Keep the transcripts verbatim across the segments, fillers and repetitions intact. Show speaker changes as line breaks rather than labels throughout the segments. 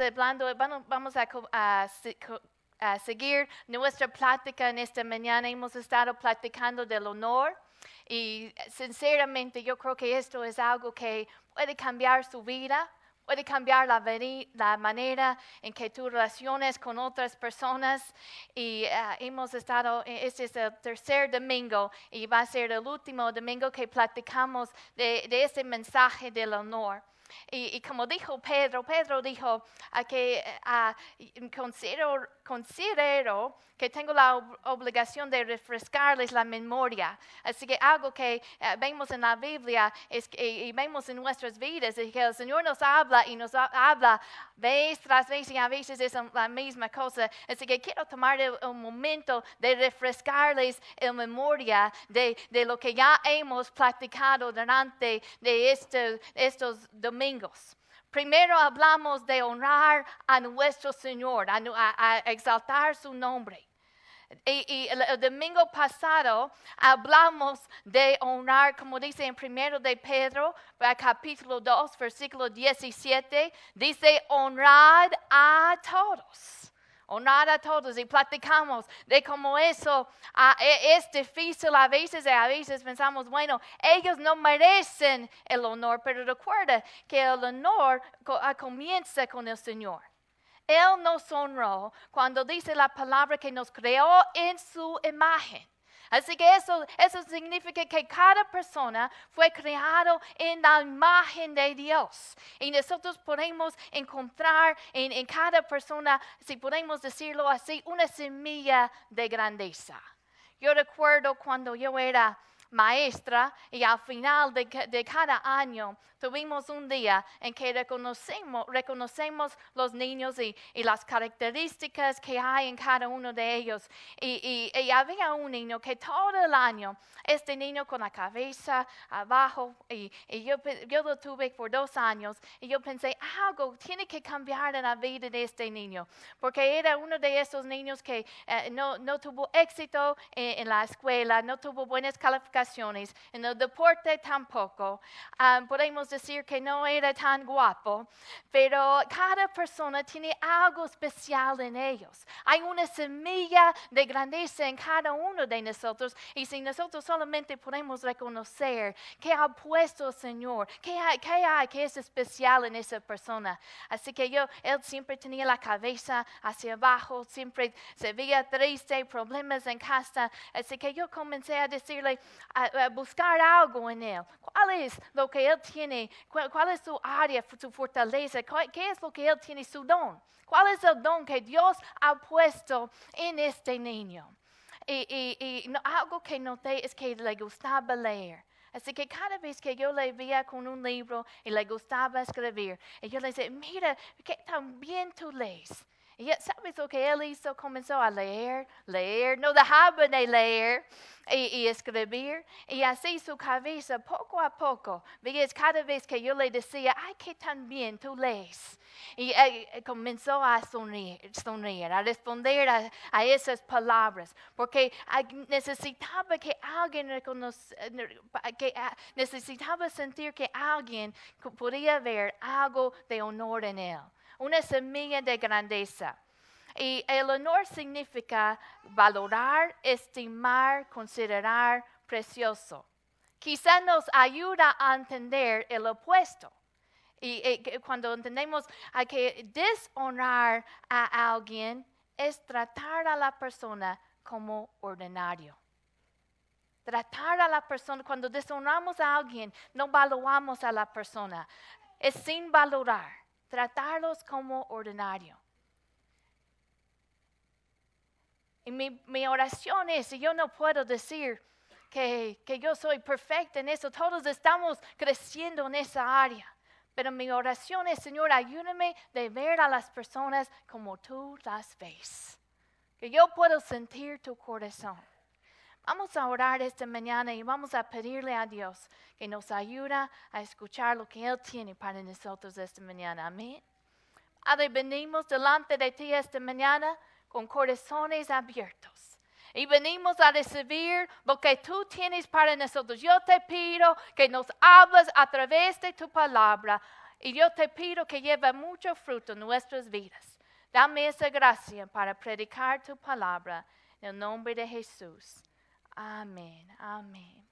hablando, vamos a, a, a seguir nuestra plática en esta mañana. Hemos estado platicando del honor y sinceramente yo creo que esto es algo que puede cambiar su vida. Puede cambiar la, la manera en que tú relaciones con otras personas. Y uh, hemos estado, este es el tercer domingo y va a ser el último domingo que platicamos de, de ese mensaje del honor. Y, y como dijo Pedro, Pedro dijo uh, que uh, considero, considero que tengo la ob- obligación de refrescarles la memoria. Así que algo que uh, vemos en la Biblia es que, y, y vemos en nuestras vidas es que el Señor nos habla y nos ha, habla vez tras vez y a veces es la misma cosa. Así que quiero tomar el, el momento de refrescarles la memoria de, de lo que ya hemos platicado durante de este, estos domingos. Primero hablamos de honrar a nuestro Señor, a, a, a exaltar su nombre. Y, y el, el domingo pasado hablamos de honrar, como dice en primero de Pedro, capítulo dos, versículo diecisiete, dice honrad a todos. Honrar a todos y platicamos de cómo eso uh, es difícil a veces y a veces pensamos, bueno, ellos no merecen el honor, pero recuerda que el honor co- uh, comienza con el Señor. Él nos honró cuando dice la palabra que nos creó en su imagen. Así que eso, eso significa que cada persona fue creado en la imagen de Dios. Y nosotros podemos encontrar en, en cada persona, si podemos decirlo así, una semilla de grandeza. Yo recuerdo cuando yo era maestra y al final de, de cada año tuvimos un día en que reconocemos, reconocemos los niños y, y las características que hay en cada uno de ellos. Y, y, y había un niño que todo el año, este niño con la cabeza abajo, y, y yo, yo lo tuve por dos años, y yo pensé, algo tiene que cambiar en la vida de este niño, porque era uno de esos niños que eh, no, no tuvo éxito en, en la escuela, no tuvo buenas calificaciones, en el deporte tampoco. Um, podemos decir que no era tan guapo, pero cada persona tiene algo especial en ellos. Hay una semilla de grandeza en cada uno de nosotros, y si nosotros solamente podemos reconocer qué ha puesto el Señor, qué hay, qué hay que es especial en esa persona. Así que yo, él siempre tenía la cabeza hacia abajo, siempre se veía triste, problemas en casa. Así que yo comencé a decirle, a, a buscar algo en él. ¿Cuál es lo que él tiene? ¿Cuál, cuál es su área, su fortaleza? ¿Qué es lo que él tiene, su don? ¿Cuál es el don que Dios ha puesto en este niño? Y, y, y no, algo que noté es que le gustaba leer. Así que cada vez que yo le veía con un libro y le gustaba escribir, y yo le decía, mira, que tan bien tú lees. Y ¿sabes lo que él hizo? Comenzó a leer, leer, no dejaba de leer y, y escribir. Y así su cabeza, poco a poco, veías cada vez que yo le decía, ay, qué tan bien tú lees. Y eh, comenzó a sonreír, sonreír, a responder a, a esas palabras, porque eh, necesitaba que alguien reconoce, que eh, necesitaba sentir que alguien podía ver algo de honor en él. Una semilla de grandeza. Y el honor significa valorar, estimar, considerar precioso. Quizá nos ayuda a entender el opuesto. Y, y cuando entendemos hay que deshonrar a alguien, es tratar a la persona como ordinario. Tratar a la persona, cuando deshonramos a alguien, no valoramos a la persona. Es sin valorar. Tratarlos como ordinario. Y mi, mi oración es, y yo no puedo decir que, que yo soy perfecta en eso, todos estamos creciendo en esa área. Pero mi oración es, Señor, ayúdame de ver a las personas como tú las ves. Que yo puedo sentir tu corazón. Vamos a orar esta mañana y vamos a pedirle a Dios que nos ayude a escuchar lo que Él tiene para nosotros esta mañana. Amén. Padre, venimos delante de ti esta mañana con corazones abiertos. Y venimos a recibir lo que tú tienes para nosotros. Yo te pido que nos hables a través de tu palabra. Y yo te pido que lleve mucho fruto en nuestras vidas. Dame esa gracia para predicar tu palabra en el nombre de Jesús. Amén, amén.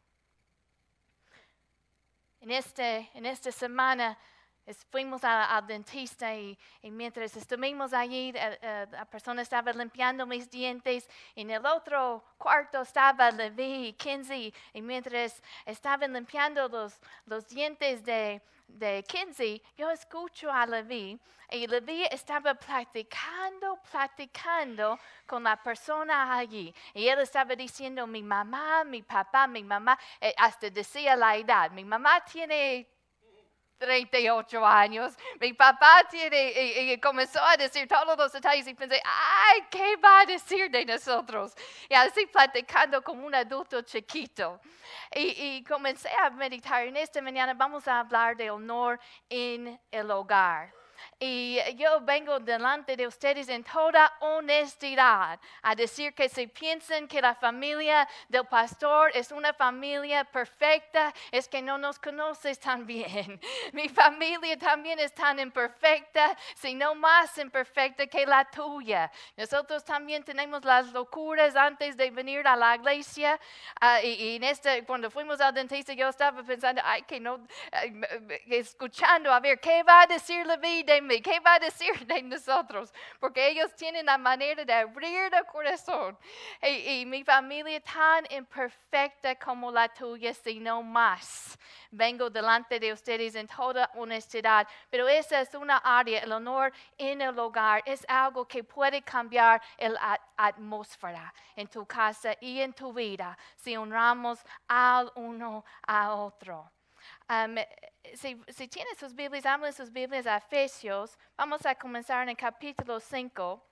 En, este, en esta semana es, fuimos al dentista y, y mientras estuvimos allí, eh, eh, la persona estaba limpiando mis dientes. En el otro cuarto estaba Levi y Kinsey. Y mientras estaban limpiando los, los dientes de, de Kinsey, yo escucho a Levi. Y Levi estaba platicando, platicando con la persona allí. Y él estaba diciendo, mi mamá, mi papá, mi mamá, eh, hasta decía la edad. Mi mamá tiene treinta y ocho años. Mi papá tiene, y, y comenzó a decir todos los detalles y pensé, ay, ¿qué va a decir de nosotros? Y así platicando como un adulto chiquito. Y, y comencé a meditar. En esta mañana vamos a hablar de honor en el hogar. Y yo vengo delante de ustedes en toda honestidad a decir que si piensan que la familia del pastor es una familia perfecta, es que no nos conoces tan bien. Mi familia también es tan imperfecta, si no más imperfecta que la tuya. Nosotros también tenemos las locuras antes de venir a la iglesia. Uh, y, y en este, cuando fuimos al dentista, yo estaba pensando, ay, que no, uh, escuchando, a ver, ¿qué va a decir Levi de mí? ¿Qué va a decir de nosotros? Porque ellos tienen la manera de abrir el corazón. Y, y mi familia tan imperfecta como la tuya, si no más. Vengo delante de ustedes en toda honestidad, pero esa es una área, el honor en el hogar, es algo que puede cambiar la atmósfera en tu casa y en tu vida si honramos al uno a otro. Um, si, si tienen sus Biblias, hablen sus Biblias a Efesios. Vamos a comenzar en el capítulo cinco,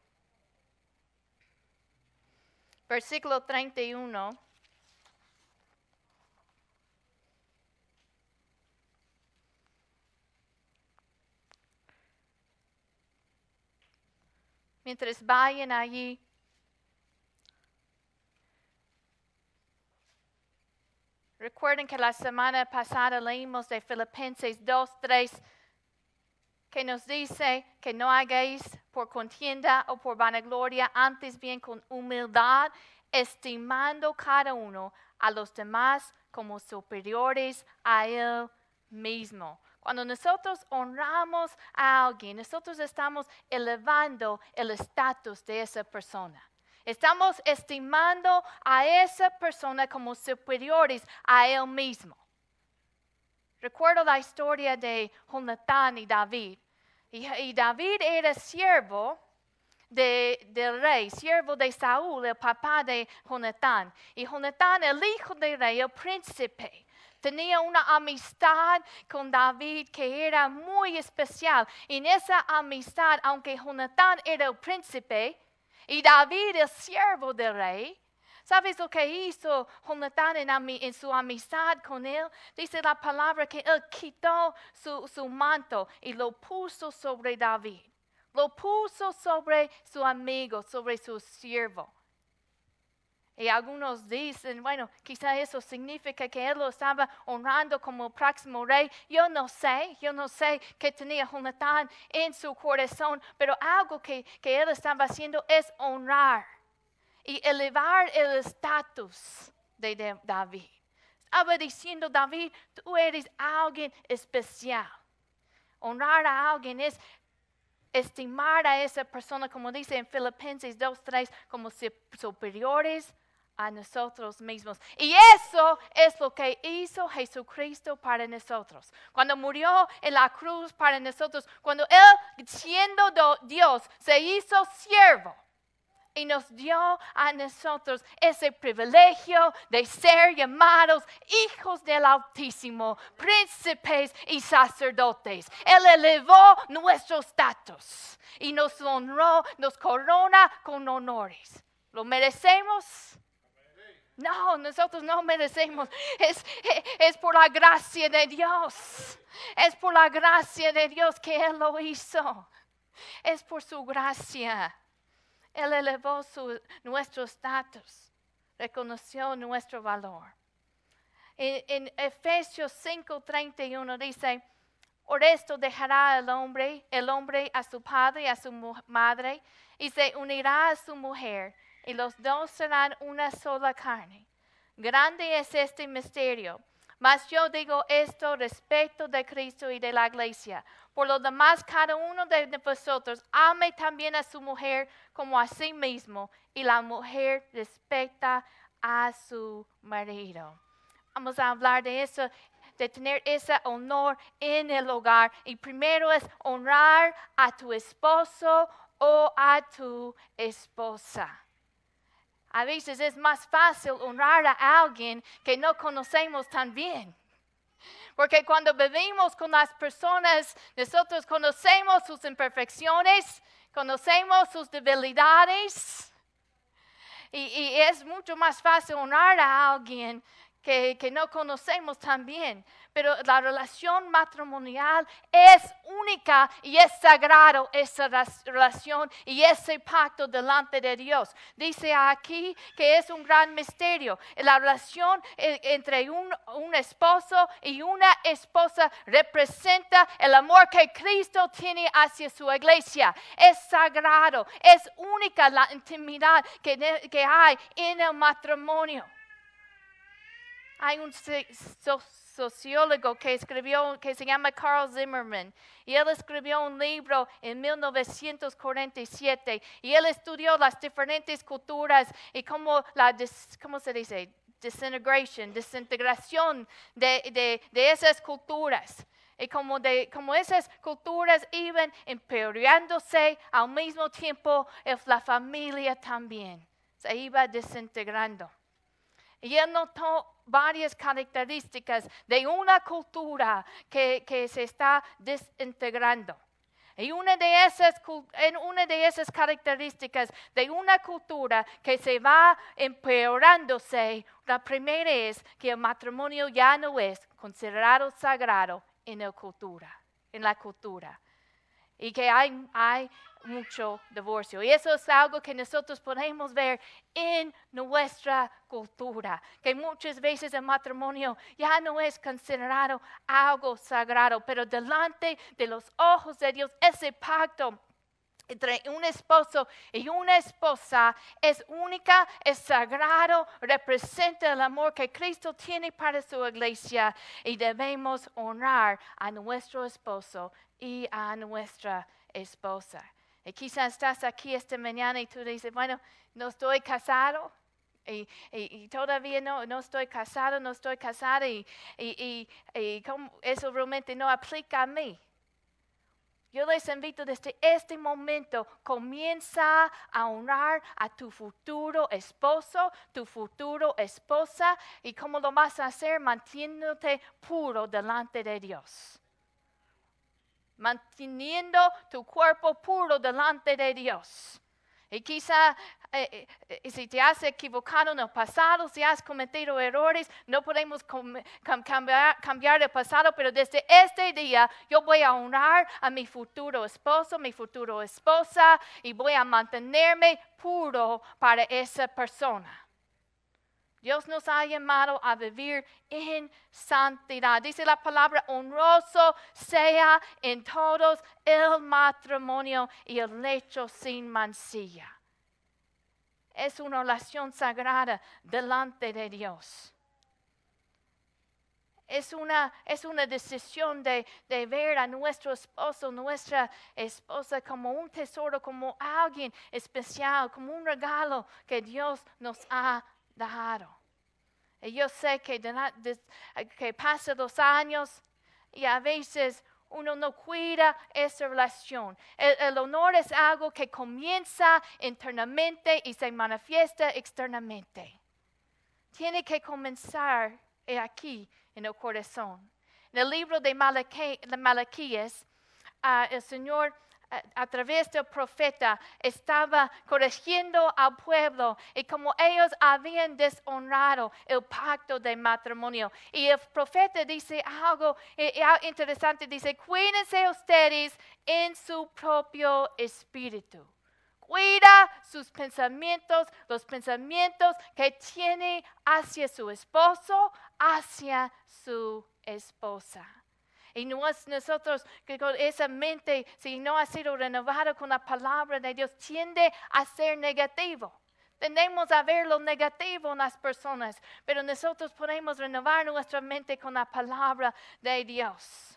versículo treinta y uno. Mientras vayan allí, recuerden que la semana pasada leímos de Filipenses dos, tres, que nos dice que no hagáis por contienda o por vanagloria, antes bien con humildad, estimando cada uno a los demás como superiores a él mismo. Cuando nosotros honramos a alguien, nosotros estamos elevando el estatus de esa persona. Estamos estimando a esa persona como superiores a él mismo. Recuerdo la historia de Jonatán y David. Y, y David era siervo de, del rey, siervo de Saúl, el papá de Jonatán. Y Jonatán, el hijo del rey, el príncipe, tenía una amistad con David que era muy especial. Y en esa amistad, aunque Jonatán era el príncipe y David el siervo del rey, ¿sabes lo que hizo Jonatán en, en su amistad con él? Dice la palabra que él quitó su, su manto y lo puso sobre David. Lo puso sobre su amigo, sobre su siervo. Y algunos dicen, bueno, quizá eso significa que él lo estaba honrando como el próximo rey. Yo no sé, yo no sé qué tenía Jonatán en su corazón, pero algo que, que él estaba haciendo es honrar y elevar el estatus de David. Estaba diciendo, David, tú eres alguien especial. Honrar a alguien es estimar a esa persona, como dice en Filipenses dos, tres, como superiores a nosotros mismos. Y eso es lo que hizo Jesucristo para nosotros. Cuando murió en la cruz para nosotros, cuando Él, siendo Dios, se hizo siervo. Y nos dio a nosotros ese privilegio de ser llamados hijos del Altísimo, príncipes y sacerdotes. Él elevó nuestro estatus y nos honró, nos corona con honores. ¿Lo merecemos? No, nosotros no merecemos. Es, es por la gracia de Dios. Es por la gracia de Dios que Él lo hizo. Es por su gracia. Él elevó su, nuestro estatus, reconoció nuestro valor. En, en Efesios cinco, treinta y uno dice, Por esto dejará el hombre, el hombre a su padre y a su madre, y se unirá a su mujer, y los dos serán una sola carne. Grande es este misterio, mas yo digo esto respecto de Cristo y de la iglesia. Por lo demás, cada uno de vosotros ame también a su mujer como a sí mismo, y la mujer respeta a su marido. Vamos a hablar de eso, de tener ese honor en el hogar. Y primero es honrar a tu esposo o a tu esposa. A veces es más fácil honrar a alguien que no conocemos tan bien. Porque cuando vivimos con las personas, nosotros conocemos sus imperfecciones, conocemos sus debilidades. Y, y es mucho más fácil honrar a alguien que, que no conocemos tan bien. Pero la relación matrimonial es única y es sagrado esa relación y ese pacto delante de Dios. Dice aquí que es un gran misterio. La relación entre un, un esposo y una esposa representa el amor que Cristo tiene hacia su iglesia. Es sagrado, es única la intimidad que, que hay en el matrimonio. Hay un sociólogo que escribió, que se llama Carl Zimmerman, y él escribió un libro en mil novecientos cuarenta y siete, y él estudió las diferentes culturas y cómo la, ¿cómo se dice? Disintegration, desintegración de, de, de esas culturas. Y como, de, como esas culturas iban empeorándose, al mismo tiempo la familia también se iba desintegrando. Y él notó varias características de una cultura que, que se está desintegrando. Y una de, esas, una de esas características de una cultura que se va empeorándose, la primera es que el matrimonio ya no es considerado sagrado en la cultura. En la cultura. Y que hay, hay mucho divorcio. Y eso es algo que nosotros podemos ver en nuestra cultura. Que muchas veces el matrimonio ya no es considerado algo sagrado. Pero delante de los ojos de Dios, ese pacto entre un esposo y una esposa es única, es sagrado, representa el amor que Cristo tiene para su iglesia. Y debemos honrar a nuestro esposo y a nuestra esposa. Y quizás estás aquí esta mañana y tú dices, bueno, no estoy casado. Y, y, y todavía no, no estoy casado, no estoy casada. Y, y, y, y ¿cómo? Eso realmente no aplica a mí. Yo les invito desde este momento, comienza a honrar a tu futuro esposo, tu futuro esposa. ¿Y cómo lo vas a hacer? Manteniéndote puro delante de Dios. Manteniendo tu cuerpo puro delante de Dios. Y quizá eh, eh, si te has equivocado en el pasado, si has cometido errores, no podemos com- com- cambiar, cambiar el pasado, pero desde este día yo voy a honrar a mi futuro esposo, mi futuro esposa, y voy a mantenerme puro para esa persona. Dios nos ha llamado a vivir en santidad. Dice la palabra, honroso sea en todos el matrimonio y el lecho sin mancilla. Es una relación sagrada delante de Dios. Es una, es una decisión de, de ver a nuestro esposo, nuestra esposa como un tesoro, como alguien especial, como un regalo que Dios nos ha dado. Y yo sé que, de, de, que pasan los años y a veces uno no cuida esa relación. El, el honor es algo que comienza internamente y se manifiesta externamente. Tiene que comenzar aquí en el corazón. En el libro de Malaquías, uh, el Señor a través del profeta estaba corrigiendo al pueblo y como ellos habían deshonrado el pacto de matrimonio. Y el profeta dice algo interesante, dice, cuídense ustedes en su propio espíritu. Cuida sus pensamientos, los pensamientos que tiene hacia su esposo, hacia su esposa. Y nos- nosotros, que con esa mente, si no ha sido renovada con la palabra de Dios, tiende a ser negativo. Tendemos a ver lo negativo en las personas, pero nosotros podemos renovar nuestra mente con la palabra de Dios.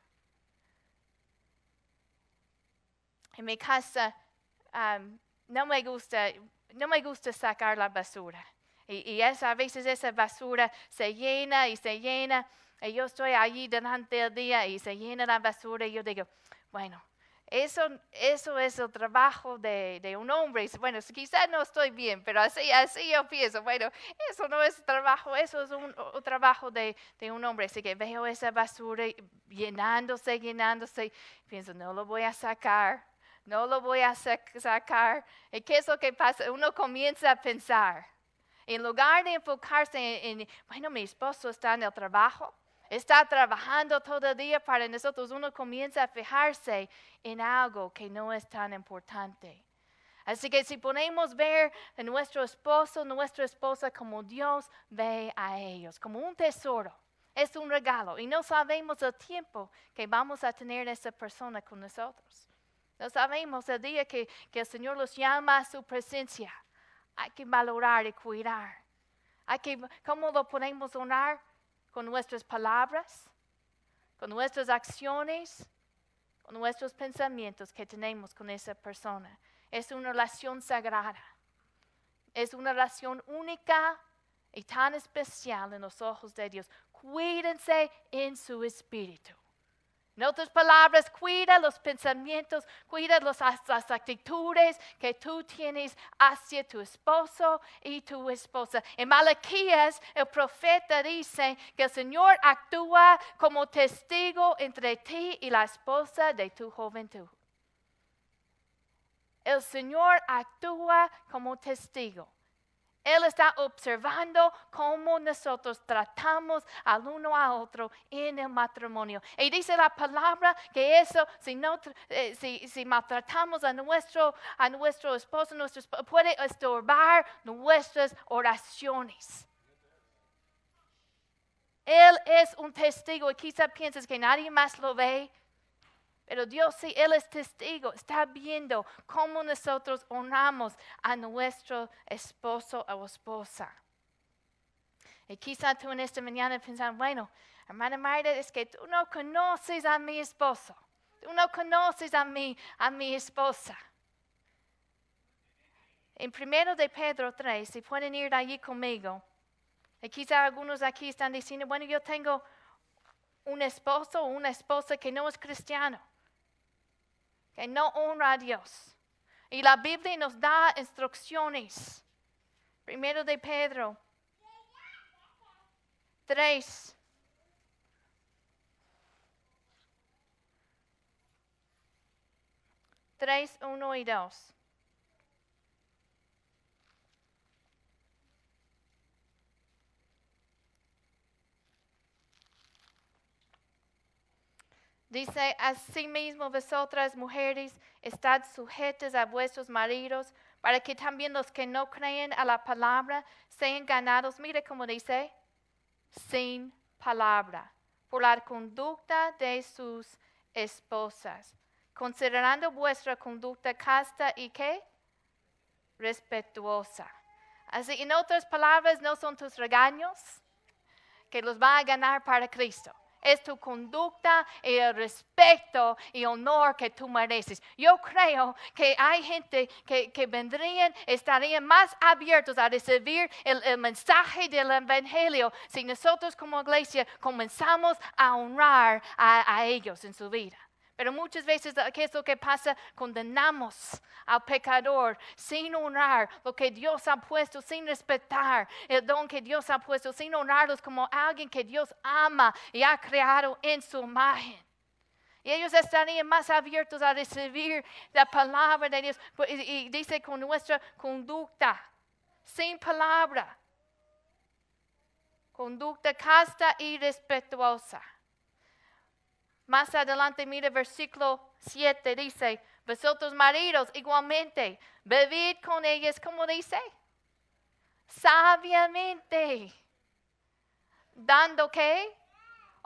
En mi casa, um, no me gusta, no me gusta sacar la basura. Y, y es, a veces esa basura se llena y se llena. Y yo estoy allí durante el día y se llena la basura. Y yo digo, bueno, eso, eso es el trabajo de, de un hombre. Bueno, quizás no estoy bien, pero así, así yo pienso. Bueno, eso no es trabajo, eso es un, un trabajo de, de un hombre. Así que veo esa basura llenándose, llenándose. Pienso, no lo voy a sacar. No lo voy a sacar. ¿Y qué es lo que pasa? Uno comienza a pensar. En lugar de enfocarse en, en, bueno, mi esposo está en el trabajo, está trabajando todo el día para nosotros, uno comienza a fijarse en algo que no es tan importante. Así que si podemos ver a nuestro esposo, nuestra esposa como Dios ve a ellos, como un tesoro. Es un regalo y no sabemos el tiempo que vamos a tener esa persona con nosotros. No sabemos el día que, que el Señor los llama a su presencia. Hay que valorar y cuidar. Hay que, ¿cómo lo podemos honrar? Con nuestras palabras, con nuestras acciones, con nuestros pensamientos que tenemos con esa persona. Es una relación sagrada. Es una relación única y tan especial en los ojos de Dios. Cuídense en su espíritu. En otras palabras, cuida los pensamientos, cuida los, las actitudes que tú tienes hacia tu esposo y tu esposa. En Malaquías, el profeta dice que el Señor actúa como testigo entre ti y la esposa de tu juventud. El Señor actúa como testigo. Él está observando cómo nosotros tratamos al uno a otro en el matrimonio. Y dice la palabra que eso, si, no, eh, si, si maltratamos a nuestro, a nuestro esposo, nuestro esposo, puede estorbar nuestras oraciones. Él es un testigo y quizá piensas que nadie más lo ve. Pero Dios sí, Él es testigo, está viendo cómo nosotros honramos a nuestro esposo o esposa. Y quizá tú en esta mañana piensas, bueno, hermana Mayra, es que tú no conoces a mi esposo. Tú no conoces a mi, a mi esposa. En primero de Pedro tres, si pueden ir allí conmigo. Y quizá algunos aquí están diciendo, bueno, yo tengo un esposo o una esposa que no es cristiano, que no honra a Dios. Y la Biblia nos da instrucciones. Primero de Pedro tres. tres, uno y dos. Dice, asimismo vosotras mujeres, estad sujetas a vuestros maridos, para que también los que no creen a la palabra sean ganados, mire cómo dice, sin palabra, por la conducta de sus esposas, considerando vuestra conducta casta y ¿qué? Respetuosa. Así, en otras palabras, no son tus regaños que los va a ganar para Cristo. Es tu conducta y el respeto y honor que tú mereces. Yo creo que hay gente que, que vendrían, estarían más abiertos a recibir el, el mensaje del evangelio si nosotros como iglesia comenzamos a honrar a, a ellos en su vida. Pero muchas veces, ¿qué es lo que pasa? Condenamos al pecador sin honrar lo que Dios ha puesto, sin respetar el don que Dios ha puesto, sin honrarlos como alguien que Dios ama y ha creado en su imagen. Y ellos estarían más abiertos a recibir la palabra de Dios. Y dice con nuestra conducta, sin palabra, conducta casta y respetuosa. Más adelante, mire versículo siete, dice, vosotros maridos igualmente, bebid con ellas, como dice, sabiamente, dando ¿qué?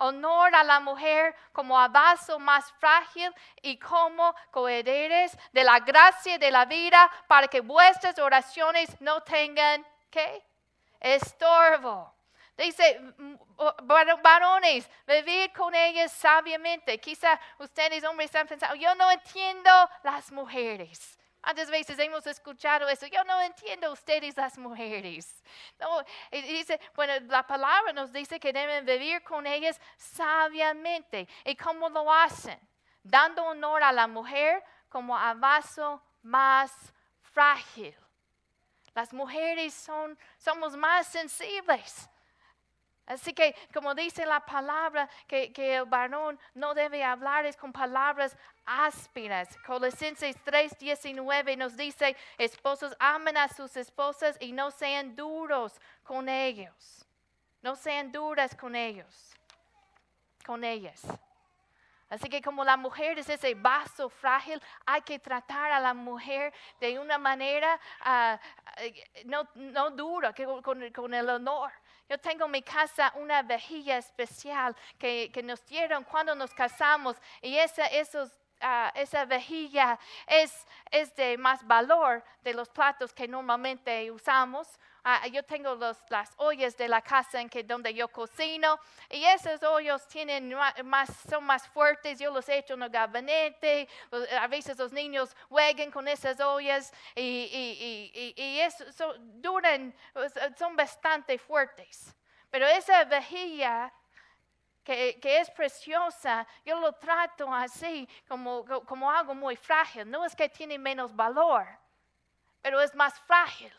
Honor a la mujer como a vaso más frágil y como coherederes de la gracia de la vida para que vuestras oraciones no tengan, ¿qué? Estorbo. Dice, varones, vivir con ellas sabiamente. Quizá ustedes hombres están pensando, yo no entiendo las mujeres. ¿Cuántas veces hemos escuchado eso? Yo no entiendo ustedes las mujeres. No, y dice, bueno, la palabra nos dice que deben vivir con ellas sabiamente. ¿Y cómo lo hacen? Dando honor a la mujer como a vaso más frágil. Las mujeres son, somos más sensibles. Así que, como dice la palabra, que, que el varón no debe hablar con palabras ásperas. Colosenses tres diecinueve nos dice, esposos amen a sus esposas y no sean duros con ellos. No sean duras con ellos, con ellas. Así que como la mujer es ese vaso frágil, hay que tratar a la mujer de una manera uh, no, no dura, que con, con el honor. Yo tengo en mi casa una vajilla especial que, que nos dieron cuando nos casamos y esa, esos, uh, esa vajilla es, es de más valor de los platos que normalmente usamos. Uh, yo tengo los, las ollas de la casa en que donde yo cocino y esos ollos tienen más, son más fuertes. Yo los echo en el gabinete. A veces los niños juegan con esas ollas y, y, y, y, y eso, so, duran, son bastante fuertes. Pero esa vajilla que, que es preciosa, yo lo trato así como, como algo muy frágil. No es que tiene menos valor, pero es más frágil.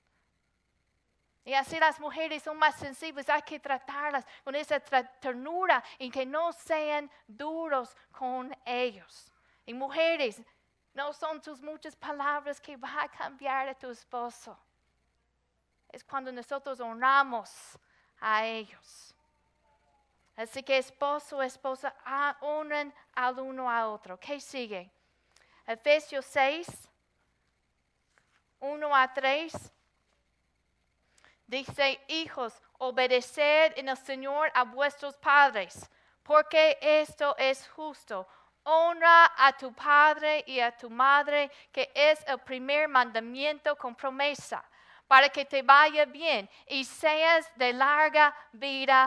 Y así las mujeres son más sensibles, hay que tratarlas con esa ternura y que no sean duros con ellos. Y mujeres, no son tus muchas palabras que van a cambiar a tu esposo. Es cuando nosotros honramos a ellos. Así que esposo, esposa, honren al uno al otro. ¿Qué sigue? Efesios seis, uno a tres. Dice, hijos, obedeced en el Señor a vuestros padres, porque esto es justo. Honra a tu padre y a tu madre, que es el primer mandamiento con promesa, para que te vaya bien y seas de larga vida